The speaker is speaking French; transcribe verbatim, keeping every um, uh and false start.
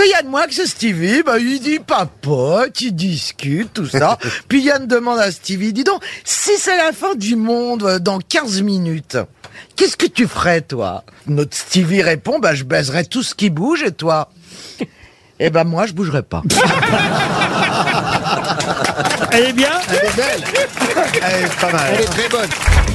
rien de moins que ce Stevie, bah, il dit papote, il discute, tout ça. Puis Yann demande à Stevie, dis donc, si c'est la fin du monde euh, dans quinze minutes, qu'est-ce que tu ferais, toi? Notre Stevie répond, bah, je baiserais tout ce qui bouge, et toi? Eh ben, moi, je bougerais pas. Elle est bien. Elle est belle. Elle est pas mal. Elle est très bonne.